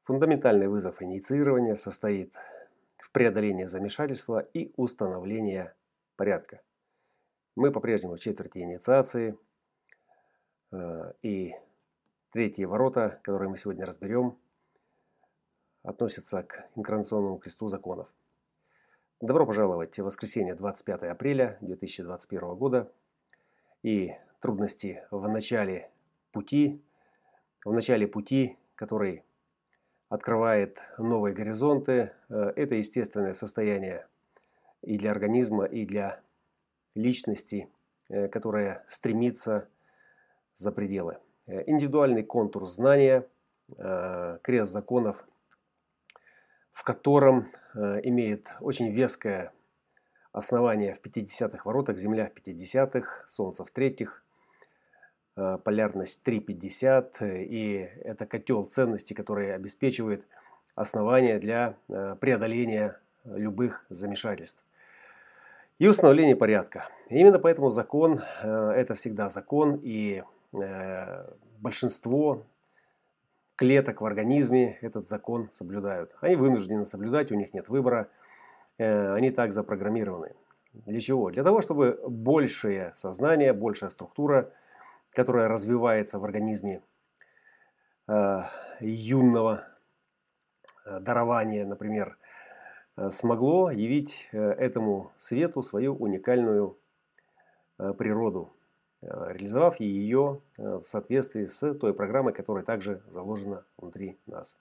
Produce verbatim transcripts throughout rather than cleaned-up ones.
Фундаментальный вызов инициирования состоит в преодолении замешательства и установлении порядка. Мы по-прежнему в четверти инициации. И третьи ворота, которые мы сегодня разберем, относятся к инкарнационному кресту законов. Добро пожаловать в воскресенье двадцать пятое апреля две тысячи двадцать первого года. И трудности в начале пути, в начале пути, который открывает новые горизонты, это естественное состояние и для организма, и для личности, которая стремится за пределы. Индивидуальный контур знания, крест законов, в котором имеет очень веское основание в пятидесятых воротах, Земля в пятидесятых, Солнце в третьих, полярность три пятьдесят, и это котел ценностей, который обеспечивает основания для преодоления любых замешательств и установления порядка. Именно поэтому закон – это всегда закон, и большинство клеток в организме этот закон соблюдают. Они вынуждены соблюдать, у них нет выбора, они так запрограммированы. Для чего? Для того, чтобы большее сознание, большая структура, которая развивается в организме э, юного э, дарования, например, э, смогло явить э, этому свету свою уникальную э, природу, э, реализовав ее э, в соответствии с той программой, которая также заложена внутри нас,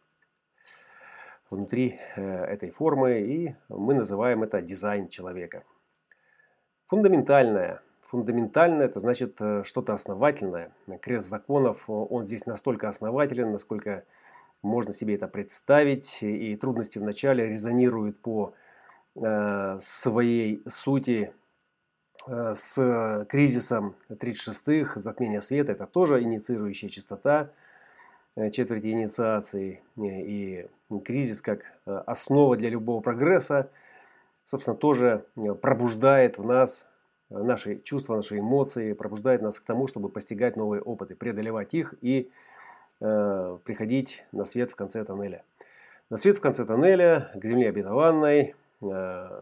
внутри э, этой формы, и мы называем это дизайн человека. Фундаментальная. Фундаментально – это значит что-то основательное. Крест законов, он здесь настолько основателен, насколько можно себе это представить. И трудности вначале резонируют по э, своей сути э, с кризисом тридцать шестых, затмения света. Это тоже инициирующая частота э, четверти инициации. И кризис как основа для любого прогресса, собственно, тоже пробуждает в нас наши чувства, наши эмоции, пробуждает нас к тому, чтобы постигать новые опыты, преодолевать их и э, приходить на свет в конце тоннеля. На свет в конце тоннеля, к земле обетованной э,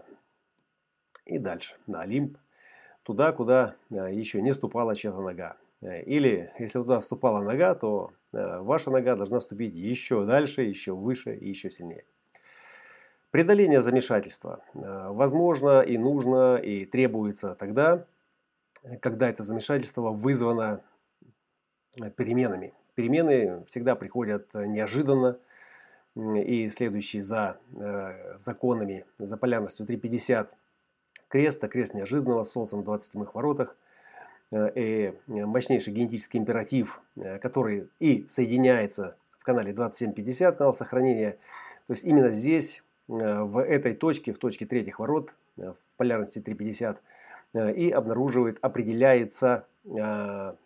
и дальше, на Олимп, туда, куда э, еще не ступала чья-то нога. Или, если туда ступала нога, то э, ваша нога должна ступить еще дальше, еще выше и еще сильнее. Преодоление замешательства возможно и нужно, и требуется тогда, когда это замешательство вызвано переменами. Перемены всегда приходят неожиданно, и следующий за законами, за полярностью три пятьдесят креста, крест неожиданного, с Солнцем в двадцати седьмых воротах, и мощнейший генетический императив, который и соединяется в канале двадцать семь пятьдесят, канал сохранения. То есть именно здесь, в этой точке, в точке третьих ворот, в полярности три пятьдесят, и обнаруживает, определяется вот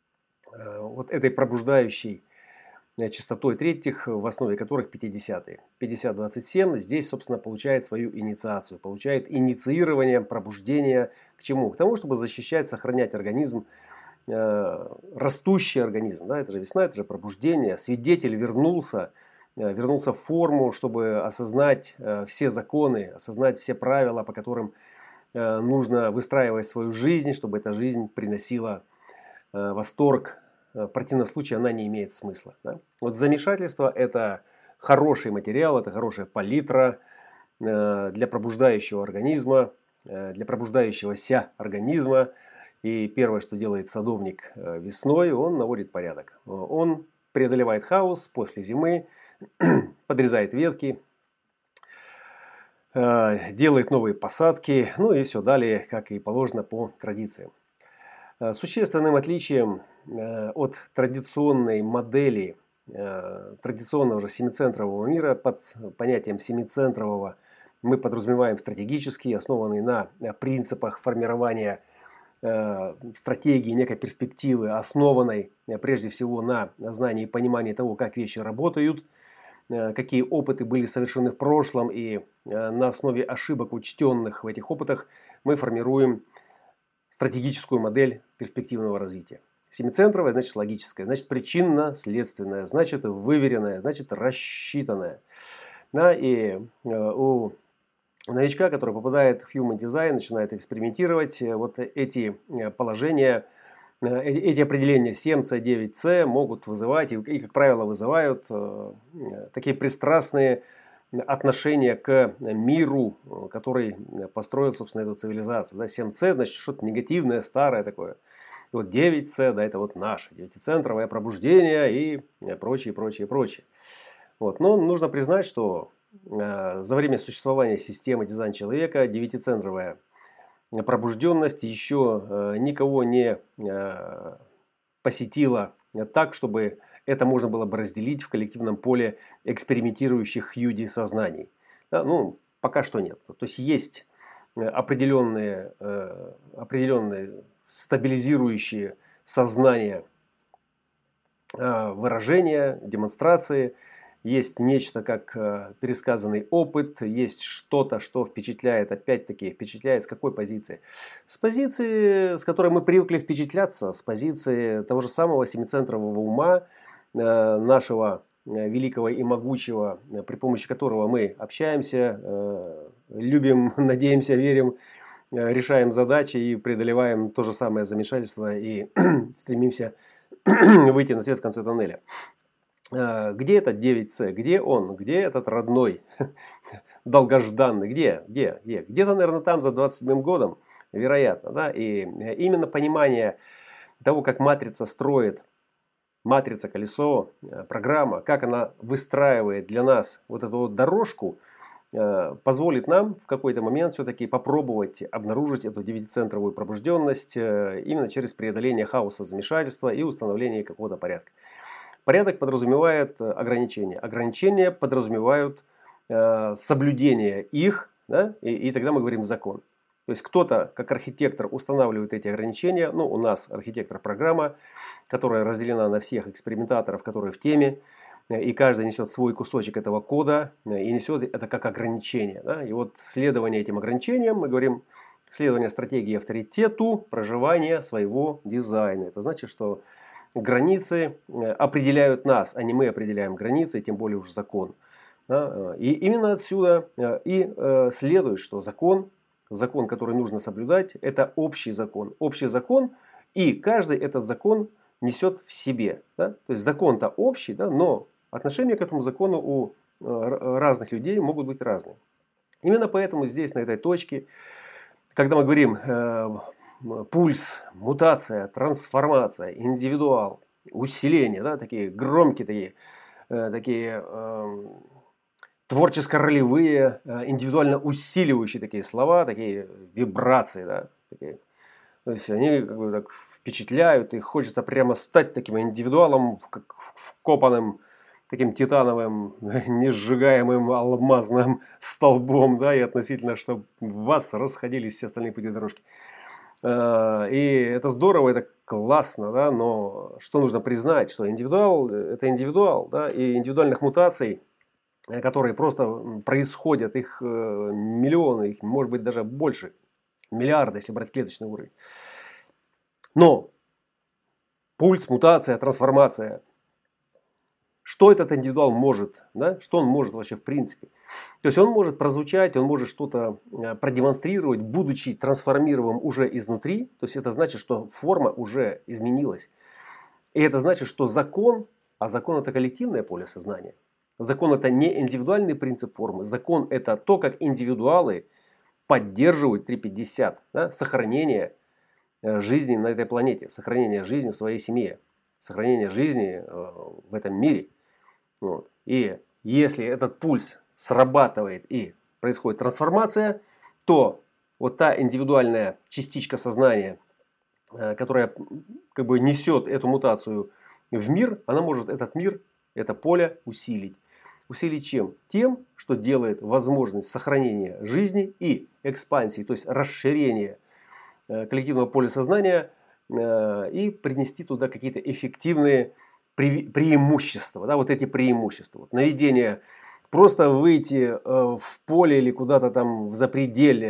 этой пробуждающей частотой третьих, в основе которых пятидесятые. пятьдесят двадцать семь здесь, собственно, получает свою инициацию, получает инициирование, пробуждение к чему? К тому, чтобы защищать, сохранять организм, растущий организм. Да, это же весна, это же пробуждение. Свидетель вернулся, вернулся в форму, чтобы осознать э, все законы, осознать все правила, по которым э, нужно выстраивать свою жизнь, чтобы эта жизнь приносила э, восторг. В противном случае она не имеет смысла. Да? Вот замешательство – это хороший материал, это хорошая палитра э, для пробуждающего организма, э, для пробуждающегося организма. И первое, что делает садовник э, весной, он наводит порядок. Он преодолевает хаос после зимы, подрезает ветки, делает новые посадки, ну и все далее, как и положено по традициям. Существенным отличием от традиционной модели, традиционного же семицентрового мира, под понятием семицентрового мы подразумеваем стратегический, основанный на принципах формирования стратегии, некой перспективы, основанной прежде всего на знании и понимании того, как вещи работают, какие опыты были совершены в прошлом, и на основе ошибок, учтенных в этих опытах, мы формируем стратегическую модель перспективного развития. Семицентровая значит логическая, значит причинно-следственная, значит выверенная, значит рассчитанная. Да, и у новичка, который попадает в Human Design, начинает экспериментировать, вот эти положения, эти определения семь С, девять С могут вызывать, и, как правило, вызывают такие пристрастные отношение к миру, который построил, собственно, эту цивилизацию. Да, семь С, значит, что-то негативное, старое такое. И вот девять С, да, это вот наше, девятицентровое пробуждение и прочее, прочее, прочее. Вот. Но нужно признать, что э, за время существования системы дизайн человека девятицентровая пробужденность еще э, никого не э, посетила так, чтобы это можно было бы разделить в коллективном поле экспериментирующих хьюди сознаний. Да, ну, пока что нет. То есть есть определенные, э, определенные стабилизирующие сознания э, выражения, демонстрации. Есть нечто как э, пересказанный опыт, есть что-то, что впечатляет, опять-таки, впечатляет с какой позиции? С позиции, с которой мы привыкли впечатляться, с позиции того же самого семицентрового ума, э, нашего э, великого и могучего, э, при помощи которого мы общаемся, э, любим, надеемся, верим, э, решаем задачи и преодолеваем то же самое замешательство и стремимся выйти на свет в конце тоннеля. Где этот девять С? Где он? Где этот родной, долгожданный? Где? Где? Где? Где-то, наверное, там за двадцать седьмым годом, вероятно. Да? И именно понимание того, как матрица строит, матрица, колесо, программа, как она выстраивает для нас вот эту вот дорожку, позволит нам в какой-то момент все-таки попробовать обнаружить эту девятицентровую пробужденность именно через преодоление хаоса, замешательства и установление какого-то порядка. Порядок подразумевает ограничения. Ограничения подразумевают э, соблюдение их, да, и, и тогда мы говорим закон. То есть кто-то, как архитектор, устанавливает эти ограничения. Ну, у нас архитектор-программа, которая разделена на всех экспериментаторов, которые в теме. И каждый несет свой кусочек этого кода и несет это как ограничение. Да. И вот следование этим ограничениям, мы говорим, следование стратегии авторитету, проживание своего дизайна. Это значит, что границы определяют нас, а не мы определяем границы, и тем более уж закон. Да? И именно отсюда и следует, что закон, закон, который нужно соблюдать, это общий закон. Общий закон, и каждый этот закон несет в себе. Да? То есть закон-то общий, да, но отношения к этому закону у разных людей могут быть разные. Именно поэтому здесь, на этой точке, когда мы говорим пульс, мутация, трансформация, индивидуал, усиление, да, такие громкие, такие, э, такие э, творческо-ролевые, э, индивидуально усиливающие такие слова, такие вибрации, да, такие. То есть они как бы так впечатляют, и хочется прямо стать таким индивидуалом, как вкопанным таким титановым, несжигаемым алмазным столбом, да, и относительно, чтобы в вас расходились все остальные пути дорожки. И это здорово, это классно, да, но что нужно признать, что индивидуал – это индивидуал, да, и индивидуальных мутаций, которые просто происходят, их миллионы, их может быть даже больше, миллиарды, если брать клеточный уровень. Но пульс, мутация, трансформация, что этот индивидуал может, да? Что он может вообще в принципе? То есть он может прозвучать, он может что-то продемонстрировать, будучи трансформируемым уже изнутри. То есть это значит, что форма уже изменилась. И это значит, что закон, а закон это коллективное поле сознания. Закон это не индивидуальный принцип формы. Закон это то, как индивидуалы поддерживают три пятьдесят, да? Сохранение жизни на этой планете, сохранение жизни в своей семье, сохранение жизни в этом мире. Вот. И если этот пульс срабатывает и происходит трансформация, то вот та индивидуальная частичка сознания, которая как бы несет эту мутацию в мир, она может этот мир, это поле усилить. Усилить чем? Тем, что делает возможность сохранения жизни и экспансии, то есть расширения коллективного поля сознания и принести туда какие-то эффективные преимущества, да, вот эти преимущества. Вот наведение, просто выйти э, в поле или куда-то там в запределье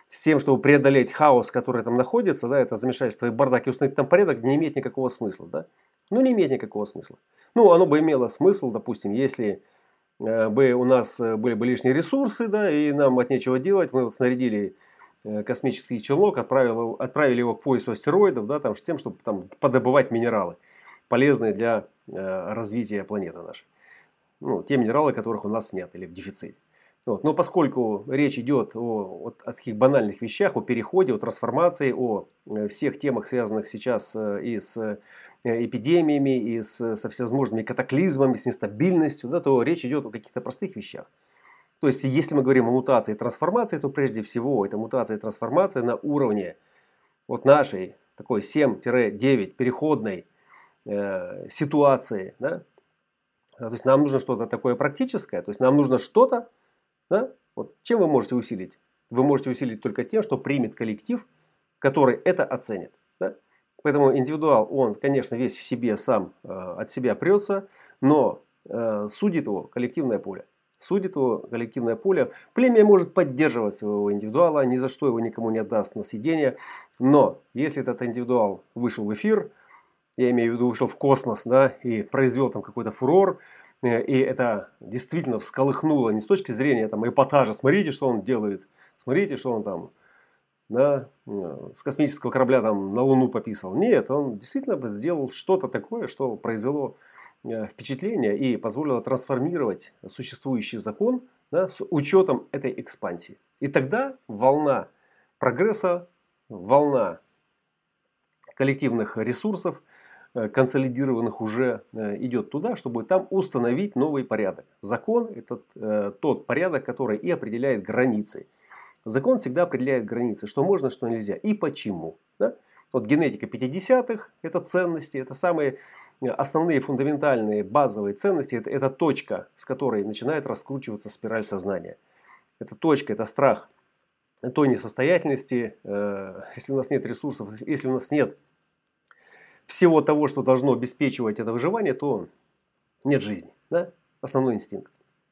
с тем, чтобы преодолеть хаос, который там находится, да, это замешательство и бардак, и установить там порядок, не имеет никакого смысла. Да? Ну, не имеет никакого смысла. Ну, оно бы имело смысл, допустим, если э, бы у нас были бы лишние ресурсы, да, и нам от нечего делать, мы вот снарядили э, космический челнок, отправили, отправили его к поясу астероидов, да, там, с тем, чтобы там подобывать минералы, полезные для э, развития планеты нашей. Ну, те минералы, которых у нас нет или в дефиците. Вот. Но поскольку речь идет о, о, о таких банальных вещах, о переходе, о трансформации, о всех темах, связанных сейчас и с эпидемиями, и с, со всевозможными катаклизмами, с нестабильностью, да, то речь идет о каких-то простых вещах. То есть, если мы говорим о мутации и трансформации, то прежде всего это мутация и трансформация на уровне вот нашей такой семь-девять переходной э, ситуации. Да? То есть, нам нужно что-то такое практическое, то есть, нам нужно что-то. Да? Вот. Чем вы можете усилить? Вы можете усилить только тем, что примет коллектив, который это оценит. Да? Поэтому индивидуал, он, конечно, весь в себе сам э, от себя прется, но э, судит его коллективное поле. Судит его коллективное поле. Племя может поддерживать своего индивидуала, ни за что его никому не отдаст на съедение. Но если этот индивидуал вышел в эфир, я имею в виду вышел в космос, да, и произвел там какой-то фурор, и это действительно всколыхнуло не с точки зрения там, эпатажа, смотрите, что он делает, смотрите, что он там, да, с космического корабля там на Луну пописал. Нет, он действительно сделал что-то такое, что произвело впечатление и позволило трансформировать существующий закон, да, с учетом этой экспансии. И тогда волна прогресса, волна коллективных ресурсов, консолидированных уже идет туда, чтобы там установить новый порядок. Закон – это э, тот порядок, который и определяет границы. Закон всегда определяет границы, что можно, что нельзя и почему. Да? Вот генетика пятидесятых – это ценности, это самые основные фундаментальные базовые ценности. Это, это точка, с которой начинает раскручиваться спираль сознания. Это точка, это страх той несостоятельности, э, если у нас нет ресурсов, если у нас нет всего того, что должно обеспечивать это выживание, то нет жизни. Да? Основной инстинкт.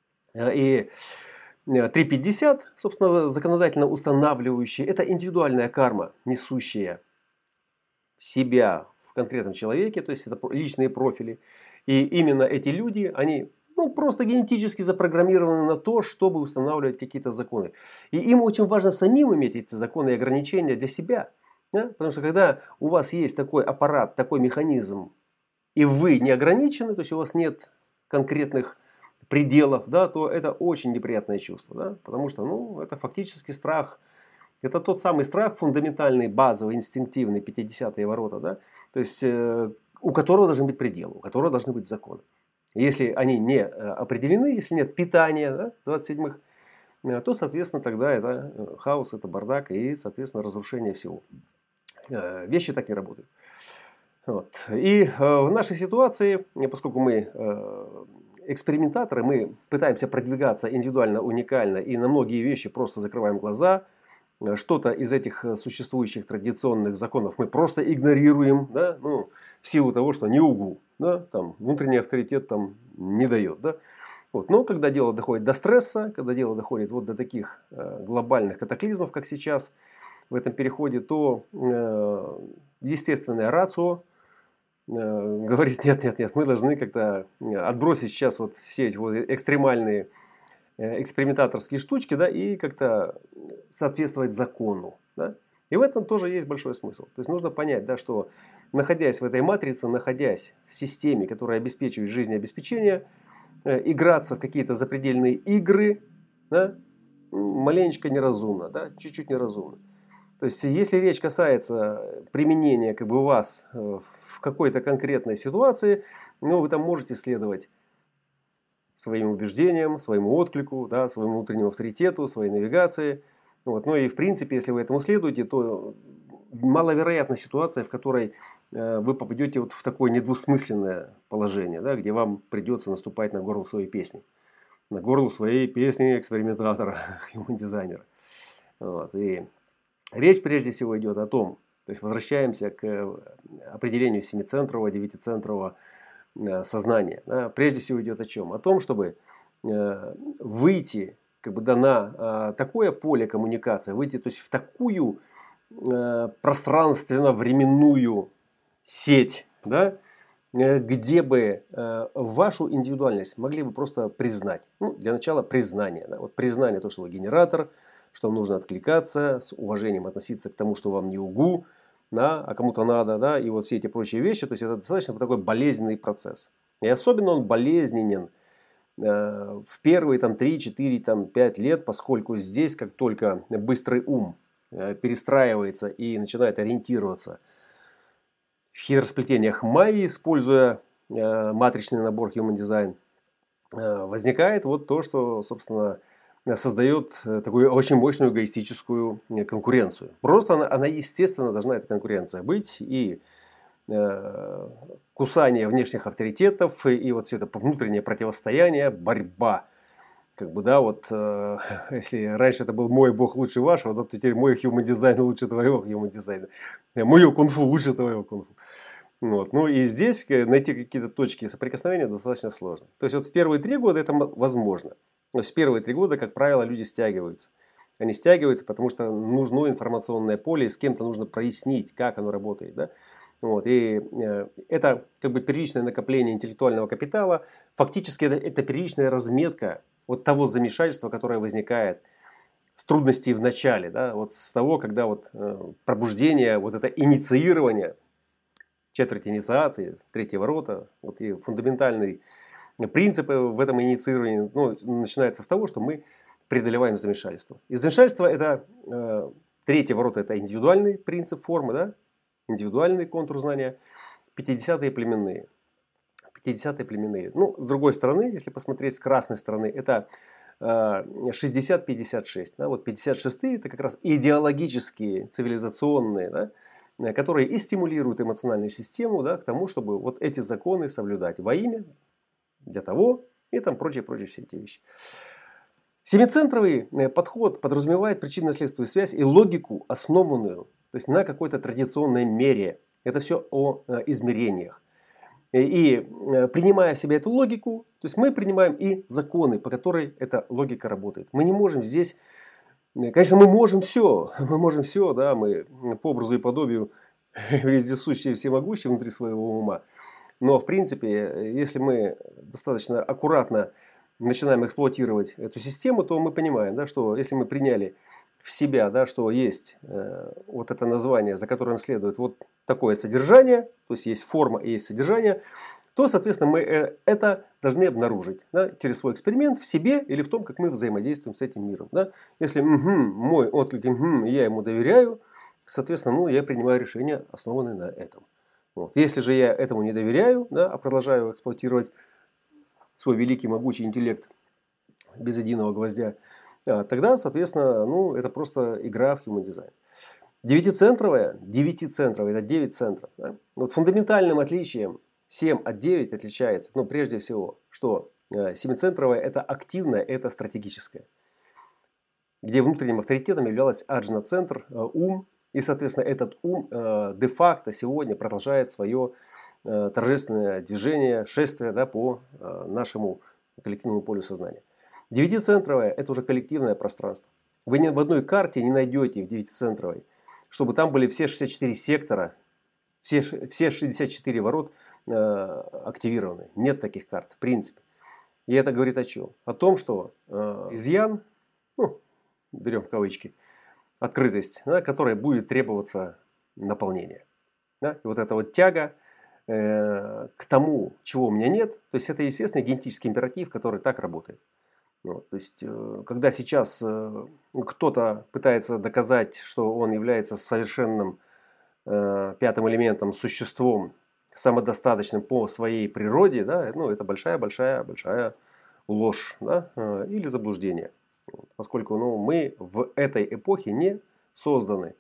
И три пятьдесят, собственно, законодательно устанавливающие, это индивидуальная карма, несущая себя в конкретном человеке, то есть это личные профили. И именно эти люди, они ну, просто генетически запрограммированы на то, чтобы устанавливать какие-то законы. И им очень важно самим иметь эти законы и ограничения для себя. Да? Потому что когда у вас есть такой аппарат, такой механизм, и вы не ограничены, то есть у вас нет конкретных пределов, да, то это очень неприятное чувство. Да? Потому что ну, это фактически страх. Это тот самый страх, фундаментальный, базовый, инстинктивный, пятидесятые ворота. Да? То есть э, у которого должны быть пределы, у которого должны быть законы. Если они не определены, если нет питания, да, двадцать седьмых, то, соответственно, тогда это хаос, это бардак и, соответственно, разрушение всего. Вещи так не работают. Вот. И в нашей ситуации, поскольку мы экспериментаторы, мы пытаемся продвигаться индивидуально, уникально и на многие вещи просто закрываем глаза. Что-то из этих существующих традиционных законов мы просто игнорируем, да, ну, в силу того, что не угу, да, там, внутренний авторитет там, не дает. Да. Вот. Но когда дело доходит до стресса, когда дело доходит вот до таких э, глобальных катаклизмов, как сейчас в этом переходе, то э, естественная рацио э, говорит, нет, нет, нет, мы должны как-то отбросить сейчас вот все эти вот экстремальные экспериментаторские штучки, да, и как-то соответствовать закону. Да? И в этом тоже есть большой смысл. То есть нужно понять, да, что находясь в этой матрице, находясь в системе, которая обеспечивает жизнеобеспечение, э, играться в какие-то запредельные игры, да, маленечко неразумно, да, чуть-чуть неразумно. То есть если речь касается применения как бы, у вас э, в какой-то конкретной ситуации, ну, вы там можете следовать своим убеждениям, своему отклику, да, своему внутреннему авторитету, своей навигации. Вот. Ну и в принципе, если вы этому следуете, то маловероятна ситуация, в которой э, вы попадете вот в такое недвусмысленное положение, да, где вам придется наступать на горло своей песни. На горло своей песни экспериментатора, human-дизайнера. Вот. И речь прежде всего идет о том, то есть возвращаемся к определению семицентрового, девятицентрового сознание. Да, прежде всего идет о чем? О том, чтобы э, выйти как бы, да, на а, такое поле коммуникации, выйти, то есть в такую а, пространственно-временную сеть, да, где бы э, вашу индивидуальность могли бы просто признать. Ну, для начала признание. Да? Вот признание, то, что вы генератор, что вам нужно откликаться, с уважением относиться к тому, что вам не угу, да, а кому-то надо, да, и вот все эти прочие вещи. То есть это достаточно такой болезненный процесс. И особенно он болезненен э, в первые там, три, четыре, там, пять лет, поскольку здесь, как только быстрый ум э, перестраивается и начинает ориентироваться в хитросплетениях Майи, используя э, матричный набор Human Design, э, возникает вот то, что, собственно, создает такую очень мощную эгоистическую конкуренцию. Просто она, она естественно, должна, эта конкуренция быть. И э, кусание внешних авторитетов, и, и вот все это внутреннее противостояние, борьба. Как бы, да, вот, э, если раньше это был мой бог лучше вашего, то теперь мой human design лучше твоего human design. Мое кунг-фу лучше твоего кунг-фу. Вот. Ну и здесь найти какие-то точки соприкосновения достаточно сложно. То есть вот в первые три года это возможно. То есть в первые три года, как правило, люди стягиваются. Они стягиваются, потому что нужно информационное поле, и с кем-то нужно прояснить, как оно работает. Да? Вот. И э, это как бы первичное накопление интеллектуального капитала. Фактически это, это первичная разметка вот того замешательства, которое возникает с трудностей в начале. Да? Вот с того, когда вот, э, пробуждение, вот это инициирование, четверть инициации, третьи ворота, вот и фундаментальный принцип в этом инициировании, ну, начинается с того, что мы преодолеваем замешательство. И замешательство это э, третьи ворота, это индивидуальный принцип формы, да? Индивидуальный контур знания, пятидесятые племенные. пятидесятые племенные. Ну, с другой стороны, если посмотреть с красной стороны, это э, шестьдесят пятьдесят шесть. Да? Вот пятьдесят шестые это как раз идеологические, цивилизационные, да? Которые и стимулируют эмоциональную систему, да, к тому, чтобы вот эти законы соблюдать во имя, для того и там прочие-прочие все эти вещи. Семицентровый подход подразумевает причинно-следственную связь и логику, основанную, то есть на какой-то традиционной мере. Это все о э, измерениях. И, и э, принимая в себя эту логику, то есть мы принимаем и законы, по которой эта логика работает. Мы не можем здесь... Конечно, мы можем все, мы можем все, да, мы по образу и подобию вездесущие, всемогущие внутри своего ума. Но, в принципе, если мы достаточно аккуратно начинаем эксплуатировать эту систему, то мы понимаем, да, что если мы приняли в себя, да, что есть э, вот это название, за которым следует вот такое содержание, то есть есть форма и есть содержание, то, соответственно, мы это должны обнаружить, да, через свой эксперимент в себе или в том, как мы взаимодействуем с этим миром. Да. Если угу, мой отклик, угу, я ему доверяю, соответственно, ну, я принимаю решение, основанное на этом. Вот. Если же я этому не доверяю, да, а продолжаю эксплуатировать свой великий могучий интеллект без единого гвоздя, тогда, соответственно, ну, это просто игра в Human Design. Девятицентровая, девятицентровая, это девять центров. Да? Вот фундаментальным отличием семь от девяти отличается, ну, прежде всего, что э, семицентровая это активное, это стратегическое. Где внутренним авторитетом являлась аджна-центр, э, ум. И, соответственно, этот ум э, де-факто сегодня продолжает свое э, торжественное движение, шествие, да, по э, нашему коллективному полю сознания. Девятицентровое – это уже коллективное пространство. Вы ни в одной карте не найдете в девятицентровой, чтобы там были все шестьдесят четыре сектора, все, все шестьдесят четыре ворот э, активированы. Нет таких карт, в принципе. И это говорит о чем? О том, что э, изъян, ну, берем в кавычки, открытость, да, которой будет требоваться наполнение. Да? И вот эта вот тяга э, к тому, чего у меня нет, то есть это естественный генетический императив, который так работает. Вот, то есть, э, когда сейчас э, кто-то пытается доказать, что он является совершенным э, пятым элементом, существом, самодостаточным по своей природе, да, ну, это большая-большая-большая ложь, да, э, или заблуждение. Поскольку ну, мы в этой эпохе не созданы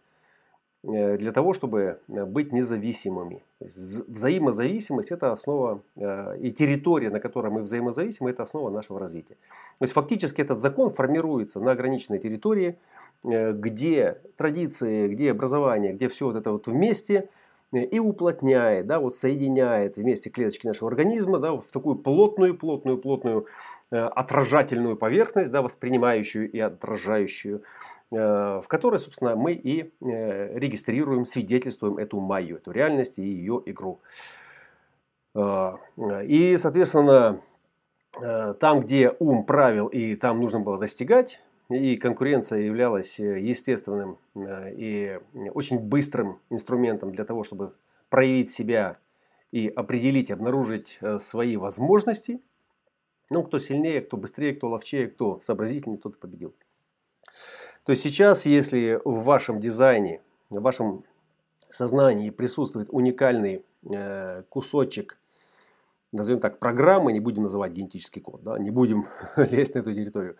для того, чтобы быть независимыми. То есть взаимозависимость – это основа, и территория, на которой мы взаимозависимы, это основа нашего развития. То есть фактически этот закон формируется на ограниченной территории, где традиции, где образование, где все вот это вот вместе, и уплотняет, да, вот соединяет вместе клеточки нашего организма, да, в такую плотную, плотную, плотную э, отражательную поверхность, да, воспринимающую и отражающую, э, в которой, собственно, мы и э, регистрируем, свидетельствуем эту майю, эту реальность и ее игру. Э, и, соответственно, э, там, где ум правил и там нужно было достигать, и конкуренция являлась естественным и очень быстрым инструментом для того, чтобы проявить себя и определить, обнаружить свои возможности. Ну, кто сильнее, кто быстрее, кто ловчее, кто сообразительнее, тот победил. То есть сейчас, если в вашем дизайне, в вашем сознании присутствует уникальный кусочек, назовем так, программы, не будем называть генетический код, да, не будем лезть на эту территорию.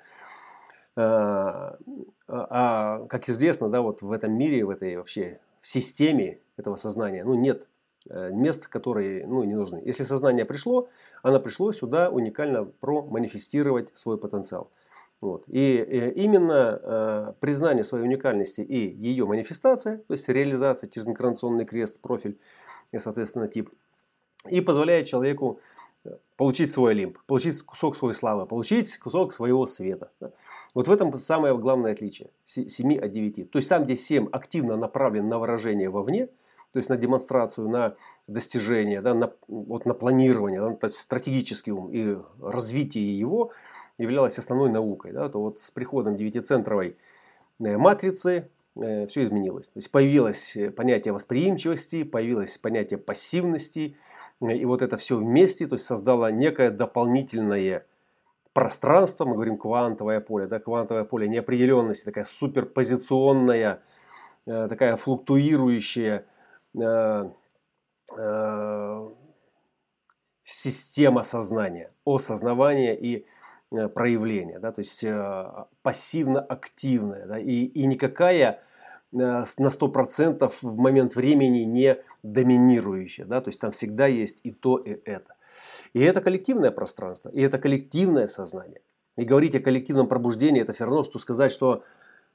А, а как известно, да, вот в этом мире, в этой вообще в системе этого сознания, ну, нет мест, которые, ну, не нужны. Если сознание пришло, оно пришло сюда уникально проманифестировать свой потенциал. Вот. И, и именно э, признание своей уникальности и ее манифестация, то есть реализация через инкарнационный крест, профиль и, соответственно, тип, и позволяет человеку получить свой олимп, получить кусок своей славы, получить кусок своего света. Вот в этом самое главное отличие семи от девяти. То есть там, где семь активно направлен на выражение вовне, то есть на демонстрацию, на достижение, да, на, вот на планирование, да, то есть стратегический ум и развитие его являлось основной наукой. Да, то вот с приходом девятицентровой матрицы э, все изменилось. То есть появилось понятие восприимчивости, появилось понятие пассивности. И вот это все вместе, то есть создало некое дополнительное пространство, мы говорим квантовое поле, да, квантовое поле неопределенности, такая суперпозиционная, э, такая флуктуирующая э, э, система сознания, осознавания и э, проявления, да, то есть э, пассивно-активная, да, и, и никакая на сто процентов в момент времени не доминирующее. Да? То есть там всегда есть и то, и это. И это коллективное пространство, и это коллективное сознание. И говорить о коллективном пробуждении, это все равно, что сказать, что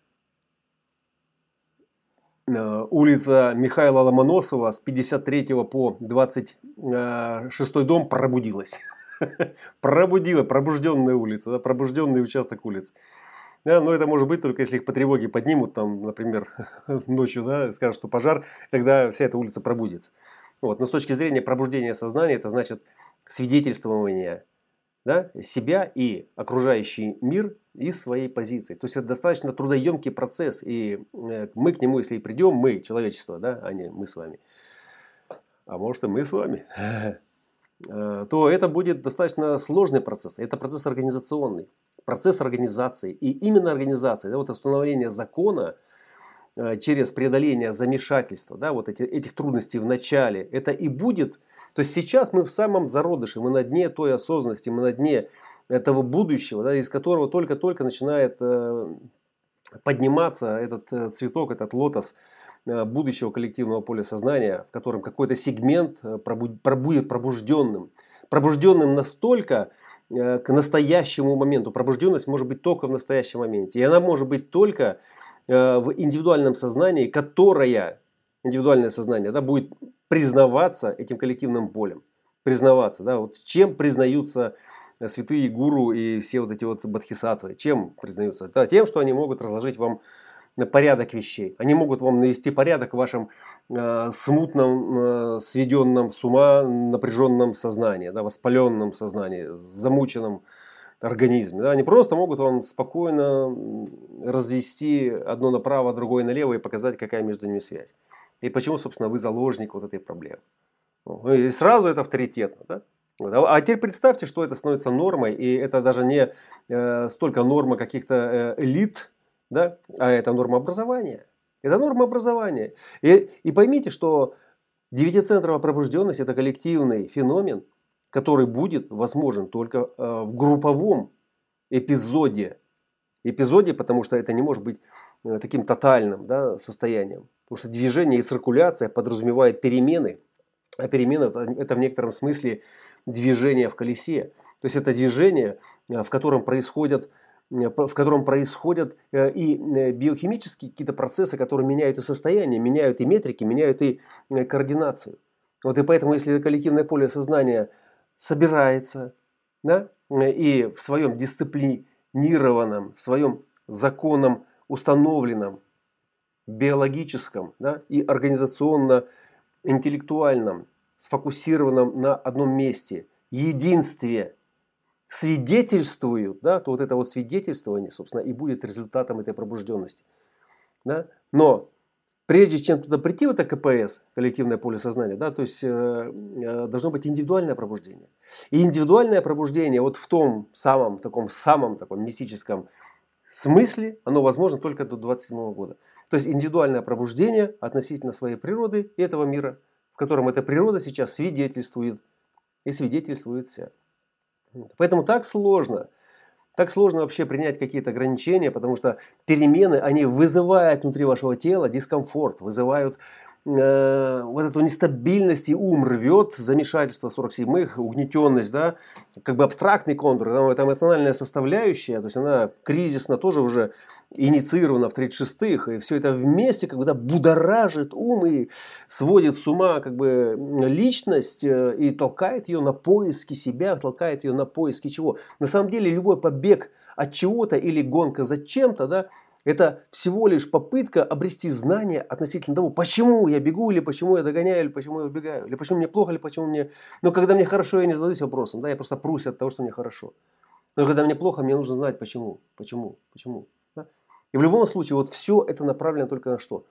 улица Михаила Ломоносова с пятьдесят третьего по двадцать шестой дом пробудилась. Пробудила, пробужденная улица, да? Пробужденный участок улицы. Да, но это может быть только если их по тревоге поднимут, там, например, ночью, да, скажут, что пожар, тогда вся эта улица пробудится. Вот. Но с точки зрения пробуждения сознания, это значит свидетельствование, да, себя и окружающий мир из своей позиции. То есть это достаточно трудоемкий процесс, и мы к нему, если и придем, мы, человечество, да, а не мы с вами, а может и мы с вами, то это будет достаточно сложный процесс. Это процесс организационный. Процесс организации. И именно организация, да, вот установление закона э, через преодоление замешательства, да, вот эти, этих трудностей в начале, это и будет. То есть сейчас мы в самом зародыше, мы на дне той осознанности, мы на дне этого будущего, да, из которого только-только начинает э, подниматься этот э, цветок, этот лотос э, будущего коллективного поля сознания, в котором какой-то сегмент э, пробуд, пробудет пробужденным. Пробужденным настолько, к настоящему моменту. Пробужденность может быть только в настоящем моменте. И она может быть только в индивидуальном сознании, которое, индивидуальное сознание, да, будет признаваться этим коллективным полем. Признаваться. Да, вот чем признаются святые гуру и все вот эти вот бодхисаттвы? Чем признаются? Да, тем, что они могут разложить вам порядок вещей. Они могут вам навести порядок в вашем э, смутном, э, сведенном с ума, напряженном сознании, да, воспаленном сознании, замученном организме. Да. Они просто могут вам спокойно развести одно направо, другое налево и показать, какая между ними связь. И почему, собственно, вы заложник вот этой проблемы. И сразу это авторитетно. Да? Вот. А теперь представьте, что это становится нормой, и это даже не э, столько норма каких-то э, элит, да? А это норма образования. Это норма образования. И, и поймите, что девятицентровая пробужденность – это коллективный феномен, который будет возможен только э, в групповом эпизоде. Эпизоде, потому что это не может быть э, таким тотальным, да, состоянием. Потому что движение и циркуляция подразумевают перемены. А перемена – это в некотором смысле движение в колесе. То есть это движение, в котором происходят в котором происходят и биохимические какие-то процессы, которые меняют и состояние, меняют и метрики, меняют и координацию. Вот и поэтому, если коллективное поле сознания собирается, да, и в своем дисциплинированном, в своем законом установленном, биологическом, да, и организационно-интеллектуальном, сфокусированном на одном месте, единстве, свидетельствуют, да, то вот это вот свидетельствование, собственно, и будет результатом этой пробужденности. Да? Но прежде чем туда прийти, в это ка пэ эс, коллективное поле сознания, да, то есть э, должно быть индивидуальное пробуждение. И индивидуальное пробуждение вот в том самом, таком самом таком мистическом смысле, оно возможно только до двадцать седьмого года. То есть индивидуальное пробуждение относительно своей природы и этого мира, в котором эта природа сейчас свидетельствует и свидетельствует вся. Поэтому так сложно. Так сложно вообще принять какие-то ограничения, потому что перемены, они вызывают внутри вашего тела дискомфорт, вызывают э, вот эту нестабильность, и ум рвет, замешательство сорок седьмых, угнетенность, да, как бы абстрактный контур, там, это эмоциональная составляющая, то есть она кризисно тоже уже инициирована в тридцать шестых, и все это вместе как бы, да, будоражит ум и сводит с ума как бы личность и толкает ее на поиски себя, толкает ее на поиски чего. На самом деле любой побег от чего-то или гонка за чем-то, да, это всего лишь попытка обрести знания относительно того, почему я бегу, или почему я догоняю, или почему я убегаю, или почему мне плохо, или почему мне... Но когда мне хорошо, я не задаюсь вопросом, да, я просто прусь от того, что мне хорошо. Но когда мне плохо, мне нужно знать, почему, почему, почему. Да? И в любом случае, вот все это направлено только на что?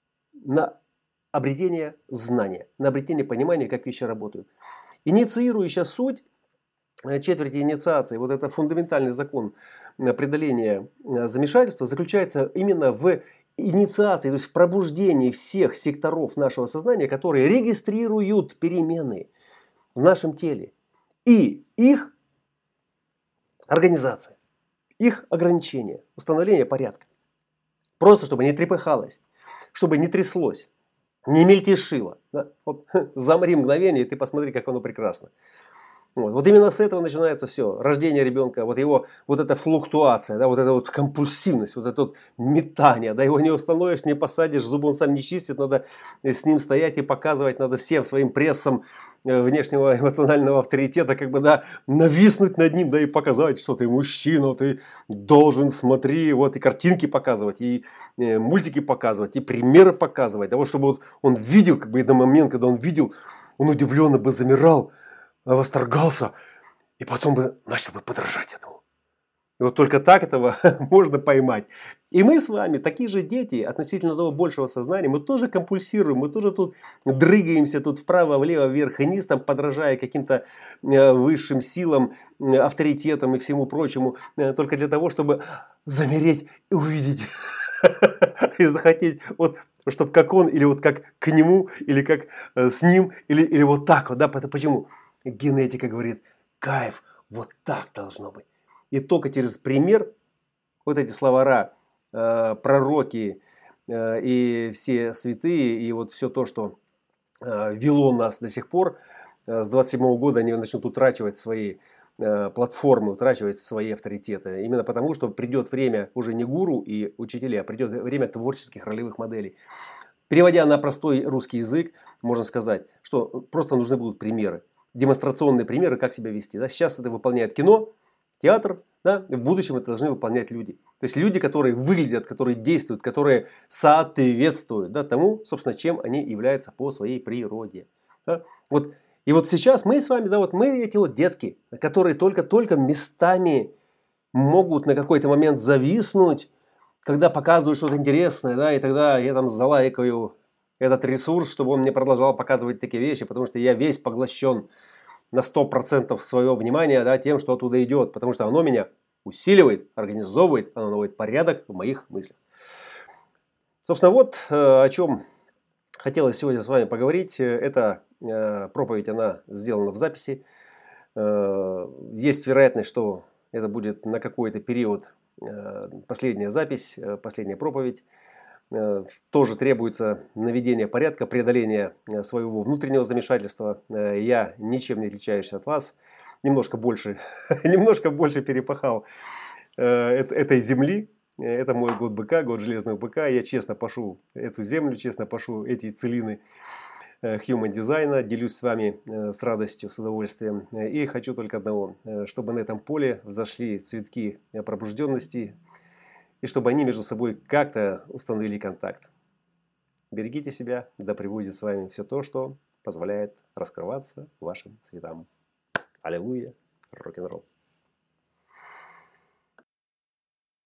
На обретение знания, на обретение понимания, как вещи работают. Инициирующая суть четверти инициации, вот это фундаментальный закон преодоления замешательства, заключается именно в инициации, то есть в пробуждении всех секторов нашего сознания, которые регистрируют перемены в нашем теле. И их организация, их ограничение, установление порядка. Просто чтобы не трепыхалось, чтобы не тряслось, не мельтешило. Да? Вот, замри мгновение, и ты посмотри, как оно прекрасно. Вот. вот именно с этого начинается все. Рождение ребенка, вот его вот эта флуктуация, да, вот эта вот компульсивность, вот это вот метание, да, его не установишь, не посадишь, зубы он сам не чистит, надо с ним стоять и показывать, надо всем своим прессом внешнего эмоционального авторитета, как бы, да, нависнуть над ним, да, и показать, что ты мужчина, ты должен, смотри, вот, и картинки показывать, и э, мультики показывать, и примеры показывать, да, вот, чтобы вот он видел, как бы, этот момент, когда он видел, он удивленно бы замирал, восторгался, и потом бы начал бы подражать этому. И вот только так этого можно поймать. И мы с вами, такие же дети, относительно того большего сознания, мы тоже компульсируем, мы тоже тут дрыгаемся тут вправо, влево, вверх и низ, там, подражая каким-то э, высшим силам, э, авторитетам и всему прочему, э, только для того, чтобы замереть и увидеть. И захотеть, вот, чтобы как он, или вот как к нему, или как э, с ним, или, или вот так вот, да, почему? Генетика говорит, кайф, вот так должно быть. И только через пример, вот эти словара, э, пророки э, и все святые, и вот все то, что э, вело нас до сих пор, э, с двадцать седьмого года они начнут утрачивать свои э, платформы, утрачивать свои авторитеты. Именно потому, что придет время уже не гуру и учителей, а придет время творческих ролевых моделей. Переводя на простой русский язык, можно сказать, что просто нужны будут примеры. Демонстрационные примеры, как себя вести. Да? Сейчас это выполняет кино, театр, да? В будущем это должны выполнять люди. То есть люди, которые выглядят, которые действуют, которые соответствуют, да, тому, собственно, чем они являются по своей природе. Да? Вот. И вот сейчас мы с вами, да, вот мы эти вот детки, которые только-только местами могут на какой-то момент зависнуть, когда показывают что-то интересное, да, и тогда я там залайкаю этот ресурс, чтобы он мне продолжал показывать такие вещи, потому что я весь поглощен на сто процентов своего внимания, да, тем, что оттуда идет, потому что оно меня усиливает, организовывает, оно наводит порядок в моих мыслях. Собственно, вот э, о чем хотелось сегодня с вами поговорить. Эта э, проповедь, она сделана в записи. Э, есть вероятность, что это будет на какой-то период э, последняя запись, э, последняя проповедь. Тоже требуется наведение порядка, преодоление своего внутреннего замешательства. Я ничем не отличаюсь от вас. Немножко больше, немножко больше перепахал этой земли. Это мой год быка, год железного быка. Я честно пашу эту землю, честно пашу эти целины Human Design. Делюсь с вами с радостью, с удовольствием. И хочу только одного, чтобы на этом поле взошли цветки пробужденности, и чтобы они между собой как-то установили контакт. Берегите себя, да пребудет с вами все то, что позволяет раскрываться вашим цветам. Аллилуйя, рок-н-ролл.